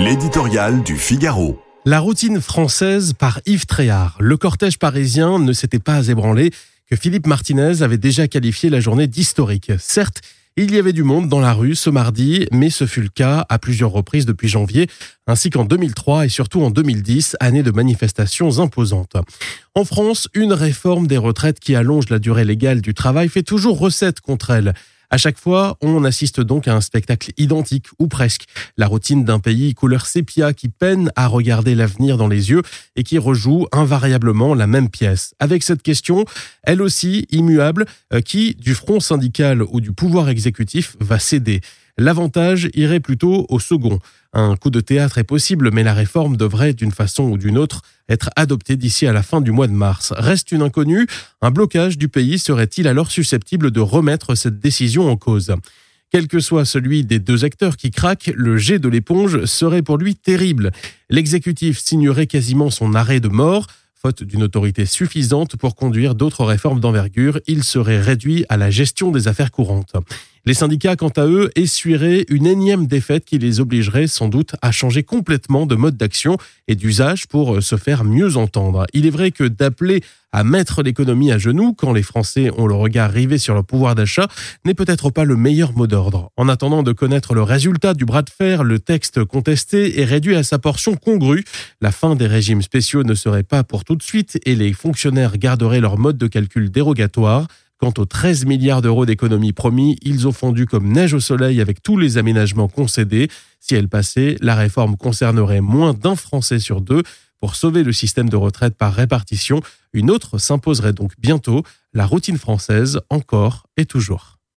L'éditorial du Figaro. La routine française par Yves Tréhard. Le cortège parisien ne s'était pas ébranlé que Philippe Martinez avait déjà qualifié la journée d'historique. Certes, il y avait du monde dans la rue ce mardi, mais ce fut le cas à plusieurs reprises depuis janvier, ainsi qu'en 2003 et surtout en 2010, année de manifestations imposantes. En France, une réforme des retraites qui allonge la durée légale du travail fait toujours recette contre elle. À chaque fois, on assiste donc à un spectacle identique, ou presque. La routine d'un pays couleur sépia qui peine à regarder l'avenir dans les yeux et qui rejoue invariablement la même pièce. Avec cette question, elle aussi immuable, qui, du front syndical ou du pouvoir exécutif, va céder? L'avantage irait plutôt au second. Un coup de théâtre est possible, mais la réforme devrait, d'une façon ou d'une autre, être adoptée d'ici à la fin du mois de mars. Reste une inconnue, un blocage du pays serait-il alors susceptible de remettre cette décision en cause ? Quel que soit celui des deux acteurs qui craquent, le jet de l'éponge serait pour lui terrible. L'exécutif signerait quasiment son arrêt de mort. Faute d'une autorité suffisante pour conduire d'autres réformes d'envergure, il serait réduit à la gestion des affaires courantes. Les syndicats, quant à eux, essuieraient une énième défaite qui les obligerait sans doute à changer complètement de mode d'action et d'usage pour se faire mieux entendre. Il est vrai que d'appeler à mettre l'économie à genoux quand les Français ont le regard rivé sur leur pouvoir d'achat n'est peut-être pas le meilleur mot d'ordre. En attendant de connaître le résultat du bras de fer, le texte contesté est réduit à sa portion congrue. La fin des régimes spéciaux ne serait pas pour tout de suite et les fonctionnaires garderaient leur mode de calcul dérogatoire. Quant aux 13 milliards d'euros d'économies promis, ils ont fondu comme neige au soleil avec tous les aménagements concédés. Si elle passait, la réforme concernerait moins d'un Français sur deux. Pour sauver le système de retraite par répartition, une autre s'imposerait donc bientôt, la routine française, encore et toujours.